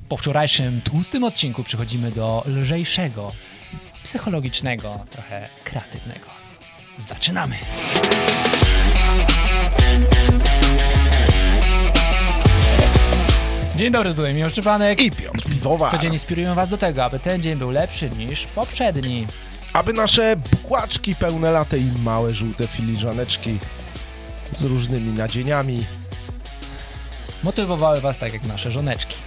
Po wczorajszym tłustym odcinku przechodzimy do lżejszego, psychologicznego, trochę kreatywnego. Zaczynamy! Dzień dobry, tutaj Miłosz Szczepanek i Piotr Piwowar. Codziennie inspirują Was do tego, aby ten dzień był lepszy niż poprzedni. Aby nasze bułaczki pełne latte i małe żółte filiżaneczki z różnymi nadzieniami motywowały Was tak jak nasze żoneczki.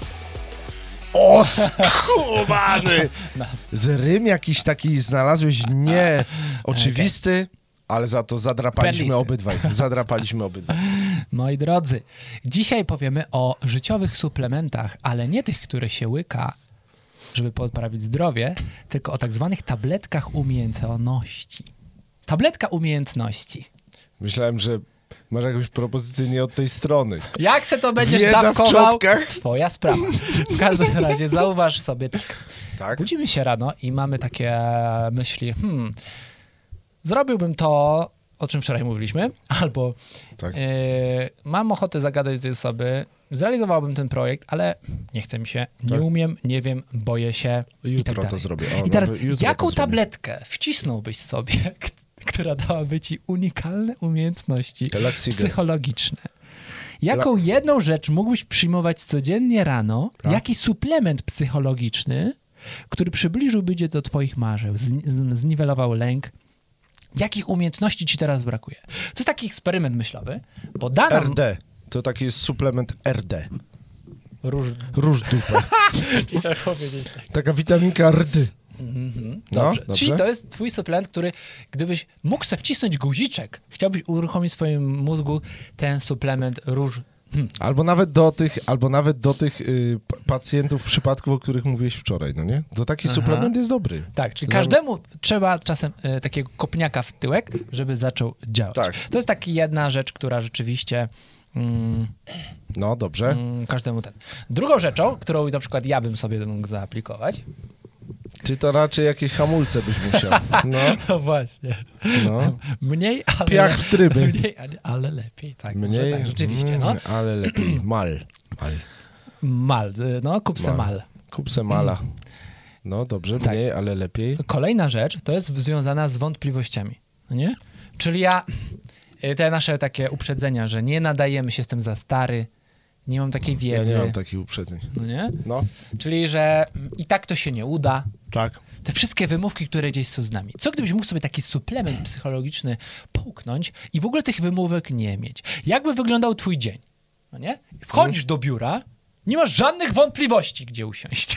O, skubany! Z rym jakiś taki znalazłeś nieoczywisty, ale za to zadrapaliśmy obydwaj. Moi drodzy, dzisiaj powiemy o życiowych suplementach, ale nie tych, które się łyka, żeby poprawić zdrowie, tylko o tak zwanych tabletkach umiejętności. Tabletka umiejętności. Myślałem, że masz jakąś propozycję nie od tej strony. Jak se to będziesz Wiedza dawkował? Twoja sprawa. W każdym razie zauważ sobie tak. Budzimy się rano i mamy takie myśli, zrobiłbym to, o czym wczoraj mówiliśmy, albo mam ochotę zagadać z tej osoby, zrealizowałbym ten projekt, ale nie chce mi się, nie umiem, nie wiem, boję się jutro i tak dalej. To zrobię. I teraz jaką tabletkę wcisnąłbyś sobie, która dałaby ci unikalne umiejętności psychologiczne? Jaką jedną rzecz mógłbyś przyjmować codziennie rano, jaki suplement psychologiczny, który przybliżyłby cię do twoich marzeń, zniwelował lęk? Jakich umiejętności ci teraz brakuje? To jest taki eksperyment myślowy, bo dana... RD. To taki jest suplement RD. Róż dupę. Chciałem powiedzieć tak. Taka witaminka RD. Dobrze. Czyli to jest twój suplement, który gdybyś mógł sobie wcisnąć guziczek, chciałbyś uruchomić w swoim mózgu ten suplement róż. Albo nawet do tych pacjentów, przypadków, o których mówiłeś wczoraj, no nie? To taki suplement jest dobry. Tak, czyli każdemu trzeba czasem takiego kopniaka w tyłek, żeby zaczął działać. Tak. To jest taka jedna rzecz, która rzeczywiście... no, dobrze. Każdemu ten. Drugą rzeczą, którą na przykład ja bym sobie mógł zaaplikować... Ty to raczej jakieś hamulce byś musiał. No właśnie. No. Mniej, ale... Piach w tryby. Mniej, ale lepiej. Tak, mniej, tak, rzeczywiście. No. Ale lepiej. Mal. Kup se mal. Kup se mala. No dobrze, mniej, ale lepiej. Kolejna rzecz to jest związana z wątpliwościami. No nie? Czyli te nasze takie uprzedzenia, że nie nadajemy się, jestem za stary, nie mam takiej wiedzy. Ja nie mam takich uprzedzeń. No nie? No. Czyli, że i tak to się nie uda. Tak. Te wszystkie wymówki, które gdzieś są z nami. Co gdybyś mógł sobie taki suplement psychologiczny połknąć i w ogóle tych wymówek nie mieć? Jakby wyglądał twój dzień? No nie? Wchodzisz do biura, nie masz żadnych wątpliwości, gdzie usiąść.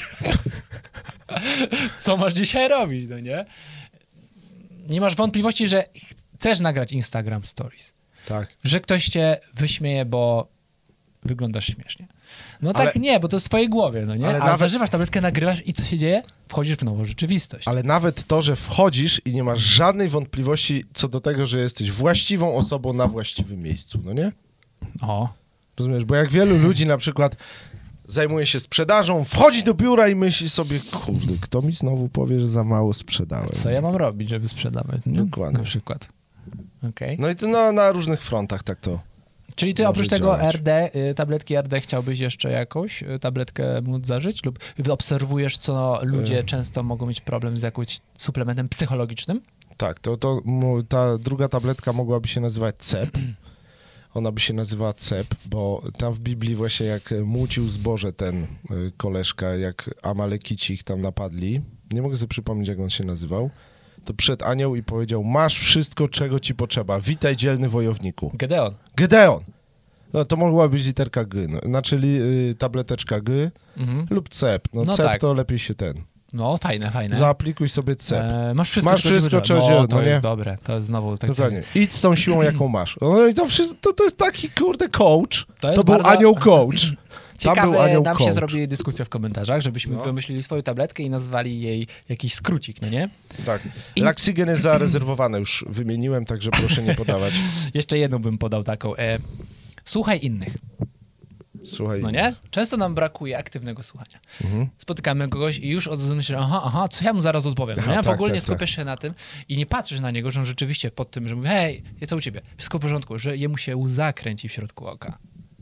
Co masz dzisiaj robić, no nie? Nie masz wątpliwości, że chcesz nagrać Instagram Stories. Tak. Że ktoś cię wyśmieje, bo wyglądasz śmiesznie. No tak nie, bo to jest w twojej głowie, no nie? Ale zażywasz tabletkę, nagrywasz i co się dzieje? Wchodzisz w nową rzeczywistość. Ale nawet to, że wchodzisz i nie masz żadnej wątpliwości co do tego, że jesteś właściwą osobą na właściwym miejscu, no nie? Rozumiesz? Bo jak wielu ludzi na przykład zajmuje się sprzedażą, wchodzi do biura i myśli sobie, kurde, kto mi znowu powie, że za mało sprzedałem? Co ja mam robić, żeby sprzedawać? Dokładnie. Na przykład. Okay. No i to na różnych frontach tak to. Czyli ty oprócz tego RD, tabletki RD chciałbyś jeszcze jakąś tabletkę móc zażyć? Lub obserwujesz, co ludzie często mogą mieć problem z jakimś suplementem psychologicznym? Tak, ta druga tabletka mogłaby się nazywać CEP. Ona by się nazywała CEP, bo tam w Biblii właśnie jak mucił zboże ten koleżka, jak Amalekici ich tam napadli, nie mogę sobie przypomnieć, jak on się nazywał, to przyszedł anioł i powiedział, masz wszystko, czego ci potrzeba. Witaj, dzielny wojowniku. Gedeon. No to mogła być literka G, czyli tableteczka G lub CEP. No CEP tak. To lepiej się No fajne. Zaaplikuj sobie CEP. Masz wszystko, czego to jest dobre. To jest znowu tak. Dokładnie. Idź z tą siłą, jaką masz. No i to jest taki kurde coach. To był anioł coach. Ciekawe, nam się zrobili dyskusja w komentarzach, żebyśmy wymyślili swoją tabletkę i nazwali jej jakiś skrócik, no nie? Tak. Laxigen jest zarezerwowane, już wymieniłem, także proszę nie podawać. Jeszcze jedną bym podał taką. Słuchaj innych. No nie? Często nam brakuje aktywnego słuchania. Spotykamy kogoś i już odezwamy się, co ja mu zaraz odpowiem. No nie? W ogóle nie skupiasz się na tym i nie patrzysz na niego, że on rzeczywiście pod tym, że mówi, hej, co u ciebie? Wszystko w porządku, że jemu się łza kręci w środku oka.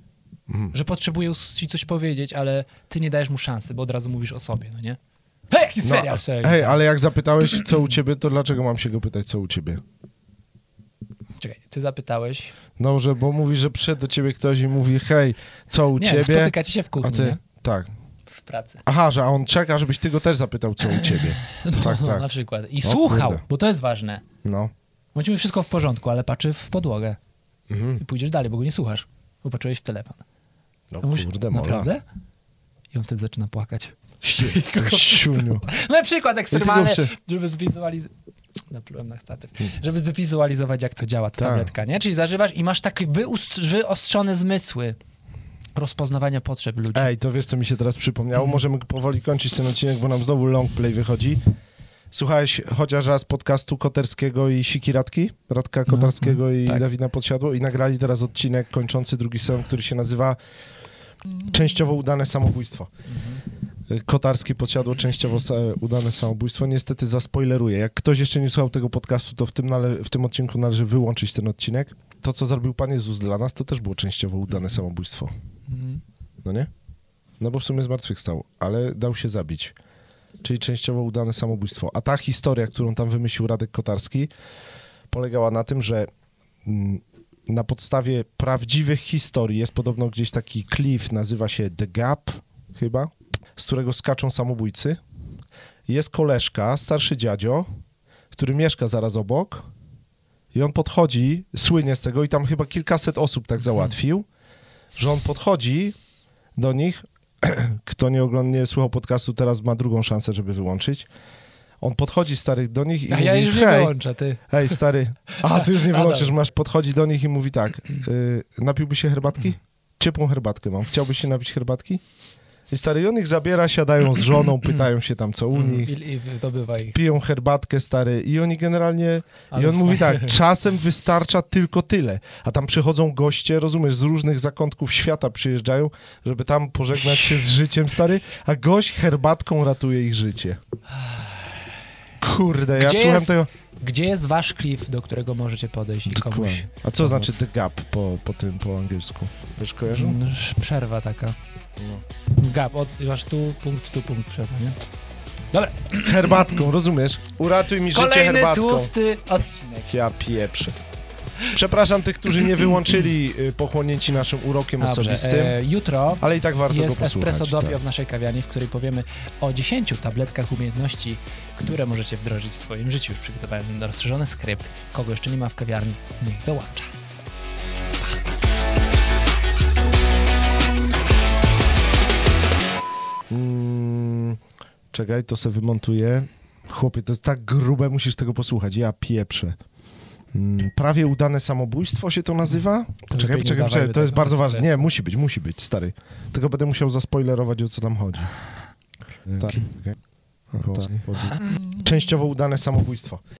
że potrzebuje ci coś powiedzieć, ale ty nie dajesz mu szansy, bo od razu mówisz o sobie, no nie? Hej, jaki serial! Hej, ale jak zapytałeś, co u ciebie, to dlaczego mam się go pytać, co u ciebie? Czekaj, ty zapytałeś... Dobrze, bo mówisz, że przyszedł do ciebie ktoś i mówi, hej, co u ciebie? Nie, spotykacie się w kuchni, a ty, nie? Tak. W pracy. Aha, że on czeka, żebyś ty go też zapytał, co u ciebie. Tak. Na przykład. I słuchał, bo to jest ważne. No. Bądźmy wszystko w porządku, ale patrzy w podłogę. I pójdziesz dalej, bo go nie słuchasz, bo patrzyłeś w telefon. No kurde, mola. Naprawdę? I on wtedy zaczyna płakać. Jest to siuniu. No przykład ekstremalny, żeby zwizualizować... Naplułem na statyw. Żeby zwizualizować, jak to działa ta tabletka, nie? Czyli zażywasz i masz takie wyostrzone zmysły rozpoznawania potrzeb ludzi. Ej, to wiesz, co mi się teraz przypomniało? Możemy powoli kończyć ten odcinek, bo nam znowu long play wychodzi. Słuchałeś chociaż raz podcastu Koterskiego i Sikiratki? Radka Kotarskiego i Dawida Podsiadło i nagrali teraz odcinek kończący drugi sezon, który się nazywa Częściowo udane samobójstwo. Kotarski, Podsiadło, częściowo udane samobójstwo. Niestety zaspoileruję. Jak ktoś jeszcze nie słuchał tego podcastu, to w tym odcinku należy wyłączyć ten odcinek. To, co zrobił Pan Jezus dla nas, to też było częściowo udane samobójstwo. No nie? No bo w sumie zmartwychwstał, ale dał się zabić. Czyli częściowo udane samobójstwo. A ta historia, którą tam wymyślił Radek Kotarski, polegała na tym, że na podstawie prawdziwych historii jest podobno gdzieś taki klif, nazywa się The Gap chyba, z którego skaczą samobójcy. Jest koleżka, starszy dziadzio, który mieszka zaraz obok i on podchodzi, słynie z tego i tam chyba kilkaset osób tak załatwił, że on podchodzi do nich. Kto nie słuchał podcastu, teraz ma drugą szansę, żeby wyłączyć. On podchodzi, stary, do nich i mówi, ja już nie wyłączę, ty. Hej, stary, ty już nie wyłączysz, podchodzi do nich i mówi tak, napiłby się herbatki? Ciepłą herbatkę mam, chciałbyś się napić herbatki? I stary, on ich zabiera, siadają z żoną, pytają się tam, co u nich, I wydobywa ich. Piją herbatkę, stary, i oni generalnie, i on mówi tak, czasem wystarcza tylko tyle, a tam przychodzą goście, rozumiesz, z różnych zakątków świata przyjeżdżają, żeby tam pożegnać się z życiem, stary, a gość herbatką ratuje ich życie. Kurde, ja słucham tego... Gdzie jest wasz klif, do którego możecie podejść i komuś... A co znaczy the gap po angielsku? Wiesz, kojarzą? Przerwa taka. No. Gap, masz tu punkt, przerwa, nie? Dobra. Herbatką, rozumiesz? Uratuj mi życie herbatką. Kolejny tłusty odcinek. Ja pieprzę. Przepraszam tych, którzy nie wyłączyli pochłonięci naszym urokiem osobistym. Jutro ale i tak warto go posłuchać. Jest Espresso Doppio w naszej kawiarni, w której powiemy o 10 tabletkach umiejętności, które możecie wdrożyć w swoim życiu. Już przygotowałem rozszerzony skrypt. Kogo jeszcze nie ma w kawiarni, niech dołącza. Czekaj, to se wymontuję. Chłopie, to jest tak grube, musisz tego posłuchać. Ja pieprzę. Prawie udane samobójsto się to nazywa? Czekaj, to jest bardzo ważne. Nie, musi być, stary. Tylko będę musiał zaspoilerować, o co tam chodzi. Tak. Częściowo udane samobójstwo.